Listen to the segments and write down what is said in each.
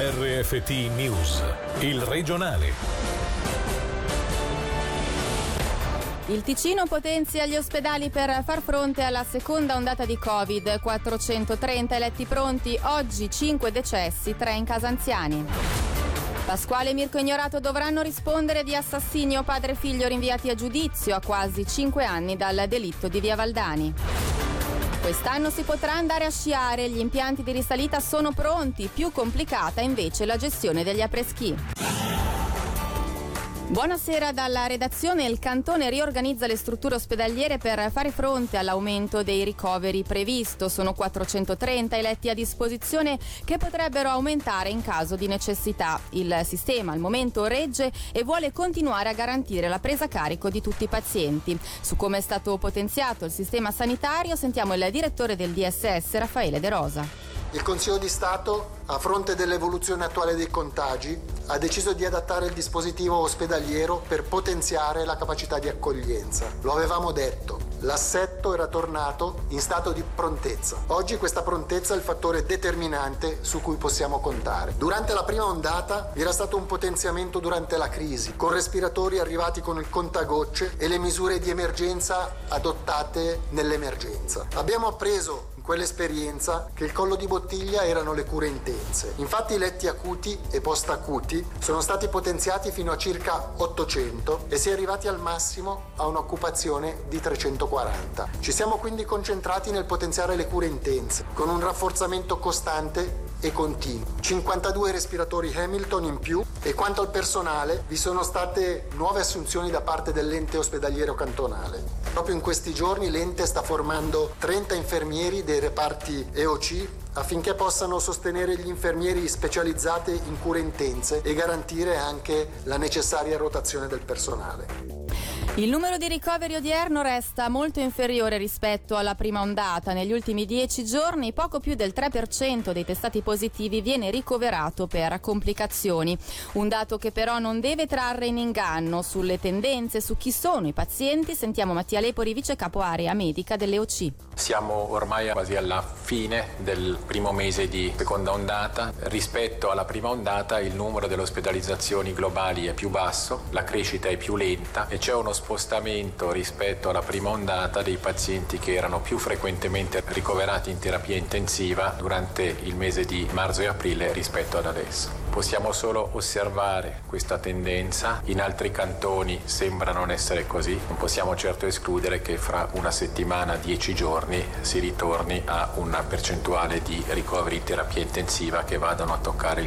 RFT News, il regionale. Il Ticino potenzia gli ospedali per far fronte alla seconda ondata di Covid. 430 letti pronti, oggi 5 decessi, 3 in casa anziani. Pasquale e Mirko Ignorato dovranno rispondere di assassinio padre e figlio rinviati a giudizio a quasi 5 anni dal delitto di Via Valdani. Quest'anno si potrà andare a sciare, gli impianti di risalita sono pronti, più complicata invece la gestione degli après-ski. Buonasera dalla redazione. Il Cantone riorganizza le strutture ospedaliere per fare fronte all'aumento dei ricoveri previsto. Sono 430 i letti a disposizione che potrebbero aumentare in caso di necessità. Il sistema al momento regge e vuole continuare a garantire la presa a carico di tutti i pazienti. Su come è stato potenziato il sistema sanitario sentiamo il direttore del DSS, Raffaele De Rosa. Il Consiglio di Stato, a fronte dell'evoluzione attuale dei contagi, ha deciso di adattare il dispositivo ospedaliero per potenziare la capacità di accoglienza. Lo avevamo detto, l'assetto era tornato in stato di prontezza. Oggi questa prontezza è il fattore determinante su cui possiamo contare. Durante la prima ondata vi era stato un potenziamento durante la crisi, con respiratori arrivati con il contagocce e le misure di emergenza adottate nell'emergenza. Abbiamo appreso quell'esperienza che il collo di bottiglia erano le cure intense. Infatti i letti acuti e post-acuti sono stati potenziati fino a circa 800 e si è arrivati al massimo a un'occupazione di 340. Ci siamo quindi concentrati nel potenziare le cure intense con un rafforzamento costante e continuo. 52 respiratori Hamilton in più e quanto al personale vi sono state nuove assunzioni da parte dell'ente ospedaliero cantonale. Proprio in questi giorni l'ente sta formando 30 infermieri dei reparti EOC affinché possano sostenere gli infermieri specializzati in cure intense e garantire anche la necessaria rotazione del personale. Il numero di ricoveri odierno resta molto inferiore rispetto alla prima ondata. Negli ultimi 10 giorni poco più del 3% dei testati positivi viene ricoverato per complicazioni. Un dato che però non deve trarre in inganno. Sulle tendenze, su chi sono i pazienti, sentiamo Mattia Lepori, vice capo area medica dell'EOC. Siamo ormai quasi alla fine del primo mese di seconda ondata. Rispetto alla prima ondata il numero delle ospedalizzazioni globali è più basso, la crescita è più lenta e c'è uno spostamento rispetto alla prima ondata dei pazienti che erano più frequentemente ricoverati in terapia intensiva durante il mese di marzo e aprile rispetto ad adesso. Possiamo solo osservare questa tendenza, in altri cantoni sembra non essere così, non possiamo certo escludere che fra una settimana, 10 giorni, si ritorni a una percentuale di ricoveri in terapia intensiva che vadano a toccare il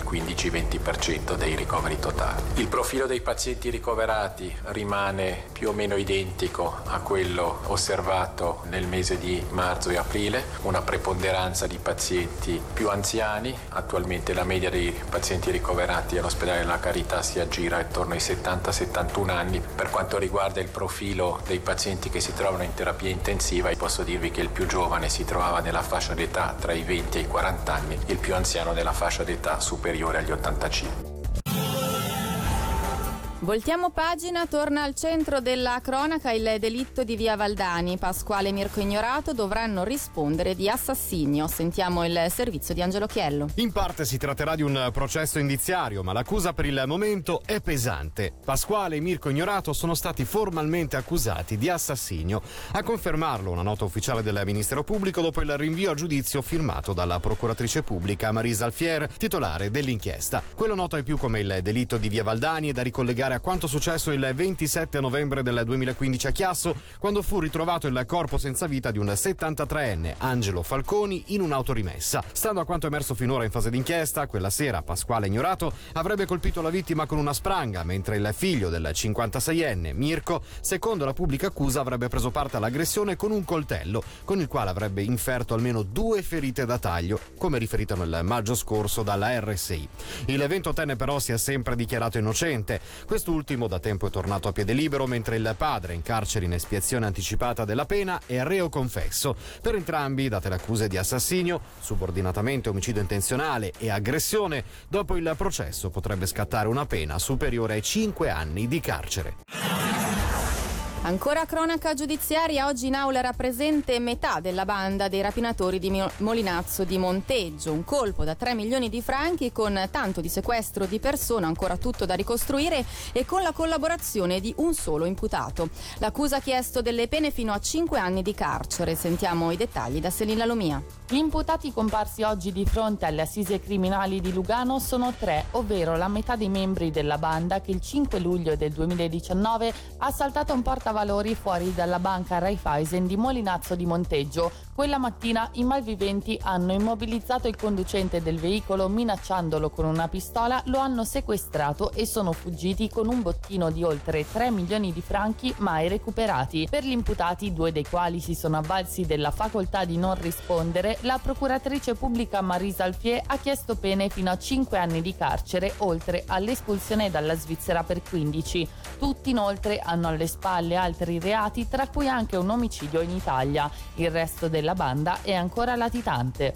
15-20% dei ricoveri totali. Il profilo dei pazienti ricoverati rimane più o meno identico a quello osservato nel mese di marzo e aprile, una preponderanza di pazienti più anziani, attualmente la media dei pazienti ricoverati all'ospedale della Carità si aggira attorno ai 70-71 anni. Per quanto riguarda il profilo dei pazienti che si trovano in terapia intensiva, posso dirvi che il più giovane si trovava nella fascia d'età tra i 20 e i 40 anni, il più anziano nella fascia d'età superiore agli 85. Voltiamo pagina, torna al centro della cronaca il delitto di Via Valdani. Pasquale e Mirko Ignorato dovranno rispondere di assassinio. Sentiamo il servizio di Angelo Chiello. In parte si tratterà di un processo indiziario, ma l'accusa per il momento è pesante. Pasquale e Mirko Ignorato sono stati formalmente accusati di assassinio. A confermarlo una nota ufficiale del Ministero Pubblico dopo il rinvio a giudizio firmato dalla procuratrice pubblica Marisa Alfier, titolare dell'inchiesta. Quello noto ai più come il delitto di Via Valdani è da ricollegare a quanto successo il 27 novembre del 2015 a Chiasso, quando fu ritrovato il corpo senza vita di un 73enne, Angelo Falconi, in un'autorimessa. Stando a quanto emerso finora in fase d'inchiesta, quella sera Pasquale Ignorato avrebbe colpito la vittima con una spranga, mentre il figlio del 56enne, Mirko, secondo la pubblica accusa, avrebbe preso parte all'aggressione con un coltello, con il quale avrebbe inferto almeno 2 ferite da taglio, come riferito nel maggio scorso dalla RSI. Il 28enne però si è sempre dichiarato innocente. Quest'ultimo da tempo è tornato a piede libero, mentre il padre, in carcere in espiazione anticipata della pena, è reo confesso. Per entrambi, date le accuse di assassinio, subordinatamente omicidio intenzionale e aggressione, dopo il processo potrebbe scattare una pena superiore ai 5 anni di carcere. Ancora cronaca giudiziaria, oggi in aula era presente metà della banda dei rapinatori di Molinazzo di Monteggio, un colpo da 3 milioni di franchi con tanto di sequestro di persona, ancora tutto da ricostruire, e con la collaborazione di un solo imputato. L'accusa ha chiesto delle pene fino a 5 anni di carcere. Sentiamo i dettagli da Selina Lomia. Gli imputati comparsi oggi di fronte alle assise criminali di Lugano sono 3, ovvero la metà dei membri della banda che il 5 luglio del 2019 ha assaltato un portavalori fuori dalla banca Raiffeisen di Molinazzo di Monteggio. Quella mattina i malviventi hanno immobilizzato il conducente del veicolo minacciandolo con una pistola, lo hanno sequestrato e sono fuggiti con un bottino di oltre 3 milioni di franchi mai recuperati. Per gli imputati, 2 dei quali si sono avvalsi della facoltà di non rispondere, la procuratrice pubblica Marisa Alfier ha chiesto pene fino a 5 anni di carcere, oltre all'espulsione dalla Svizzera per 15. Tutti inoltre hanno alle spalle altri reati, tra cui anche un omicidio in Italia. Il resto della banda è ancora latitante.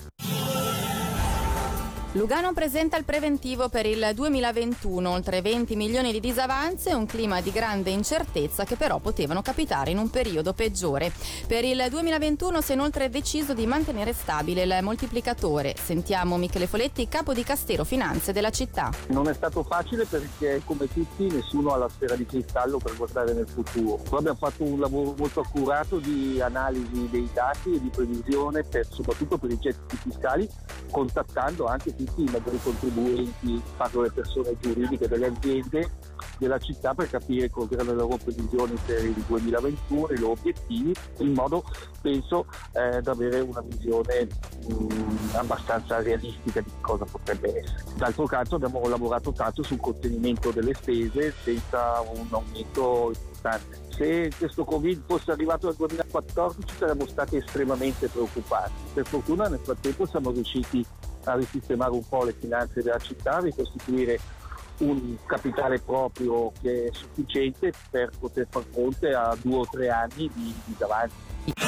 Lugano presenta il preventivo per il 2021, oltre 20 milioni di disavanze e un clima di grande incertezza che però potevano capitare in un periodo peggiore. Per il 2021 si è inoltre deciso di mantenere stabile il moltiplicatore. Sentiamo Michele Foletti, capo di Castero Finanze della città. Non è stato facile perché, come tutti, nessuno ha la sfera di cristallo per guardare nel futuro. Noi abbiamo fatto un lavoro molto accurato di analisi dei dati e di previsione, soprattutto per i gettiti fiscali, contattando anche tutti i maggiori contribuenti, parlo delle persone giuridiche, delle aziende della città, per capire quali erano le loro previsioni per il 2021, i loro obiettivi, in modo, penso, da avere una visione abbastanza realistica di cosa potrebbe essere. D'altro canto abbiamo lavorato tanto sul contenimento delle spese senza un aumento importante. Se questo Covid fosse arrivato nel 2014 saremmo stati estremamente preoccupati. Per fortuna nel frattempo siamo riusciti a risistemare un po' le finanze della città, a ricostituire un capitale proprio che è sufficiente per poter far fronte a 2 o 3 anni di disavanzi.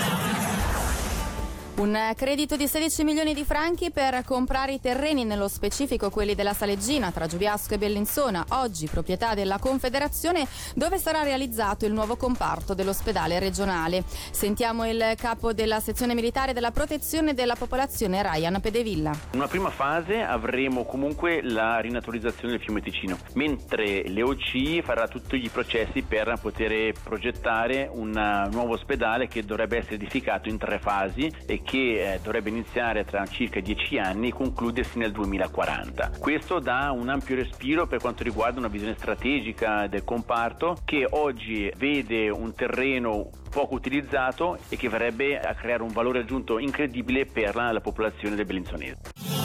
Un credito di 16 milioni di franchi per comprare i terreni, nello specifico quelli della Saleggina tra Giubiasco e Bellinzona, oggi proprietà della Confederazione, dove sarà realizzato il nuovo comparto dell'ospedale regionale. Sentiamo il capo della sezione militare della protezione della popolazione, Ryan Pedevilla. In una prima fase avremo comunque la rinaturalizzazione del fiume Ticino, mentre l'EOC farà tutti i processi per poter progettare un nuovo ospedale che dovrebbe essere edificato in 3 fasi e che dovrebbe iniziare tra circa 10 anni e concludersi nel 2040. Questo dà un ampio respiro per quanto riguarda una visione strategica del comparto, che oggi vede un terreno poco utilizzato e che verrebbe a creare un valore aggiunto incredibile per la popolazione del Bellinzonese.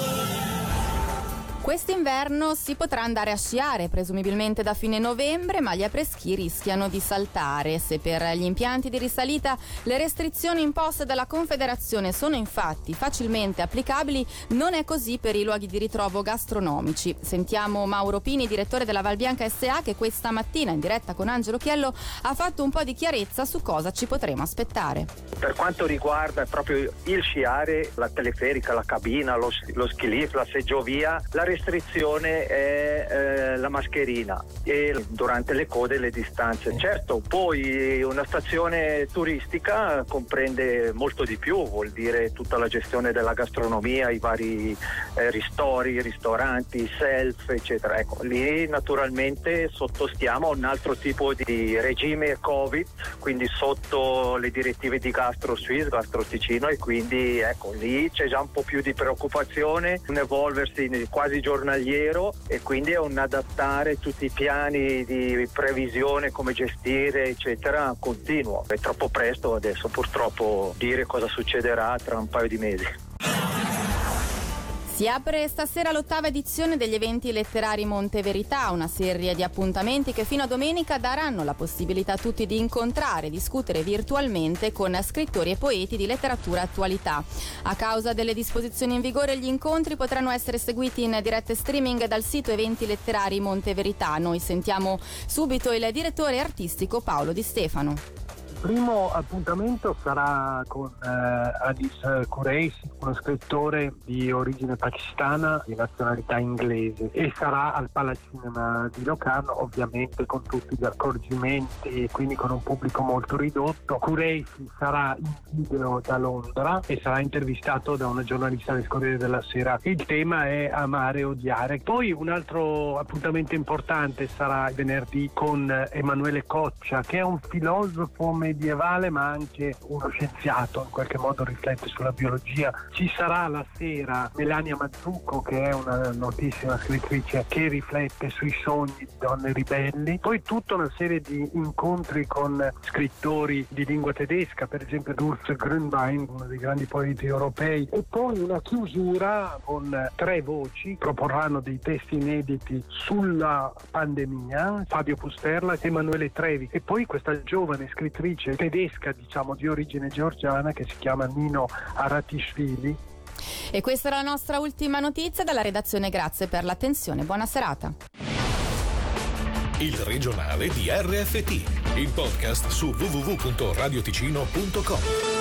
Quest'inverno si potrà andare a sciare, presumibilmente da fine novembre, ma gli appreschi rischiano di saltare. Se per gli impianti di risalita le restrizioni imposte dalla Confederazione sono infatti facilmente applicabili, non è così per i luoghi di ritrovo gastronomici. Sentiamo Mauro Pini, direttore della Valbianca SA, che questa mattina in diretta con Angelo Chiello ha fatto un po' di chiarezza su cosa ci potremo aspettare. Per quanto riguarda proprio il sciare, la teleferica, la cabina, lo ski lift, la seggiovia, la restrizione è la mascherina e durante le code le distanze. Certo, poi una stazione turistica comprende molto di più, vuol dire tutta la gestione della gastronomia, i vari ristoranti, self, eccetera. Ecco, lì naturalmente sottostiamo a un altro tipo di regime Covid, quindi sotto le direttive di Gastro Suisse, Gastro Ticino, e quindi ecco, lì c'è già un po' più di preoccupazione, un evolversi quasi giornaliero, e quindi è un adattare tutti i piani di previsione, come gestire eccetera, continuo. È troppo presto adesso purtroppo dire cosa succederà tra un paio di mesi. Si apre stasera l'8ª edizione degli eventi letterari Monte Verità, una serie di appuntamenti che fino a domenica daranno la possibilità a tutti di incontrare e discutere virtualmente con scrittori e poeti di letteratura attualità. A causa delle disposizioni in vigore, gli incontri potranno essere seguiti in diretta streaming dal sito Eventi Letterari Monte Verità. Noi sentiamo subito il direttore artistico Paolo Di Stefano. primo appuntamento sarà con Anis Qureshi, uno scrittore di origine pakistana di nazionalità inglese, e sarà al Palacinema di Locarno, ovviamente con tutti gli accorgimenti, quindi con un pubblico molto ridotto. Qureshi sarà in video da Londra e sarà intervistato da una giornalista del Corriere della Sera. Il tema è amare e odiare. Poi un altro appuntamento importante sarà venerdì con Emanuele Coccia, che è un filosofo medievale ma anche uno scienziato, in qualche modo riflette sulla biologia. Ci sarà la sera Melania Mazzucco, che è una notissima scrittrice che riflette sui sogni di donne ribelli. Poi tutta una serie di incontri con scrittori di lingua tedesca, per esempio Urs Grünbein, uno dei grandi poeti europei, e poi una chiusura con 3 voci, proporranno dei testi inediti sulla pandemia, Fabio Pusterla, Emanuele Trevi, e poi questa giovane scrittrice tedesca, diciamo di origine georgiana, che si chiama Nino Aratishvili. E questa era la nostra ultima notizia dalla redazione. Grazie per l'attenzione, buona serata. Il regionale di RFT, il podcast su www.radioticino.com.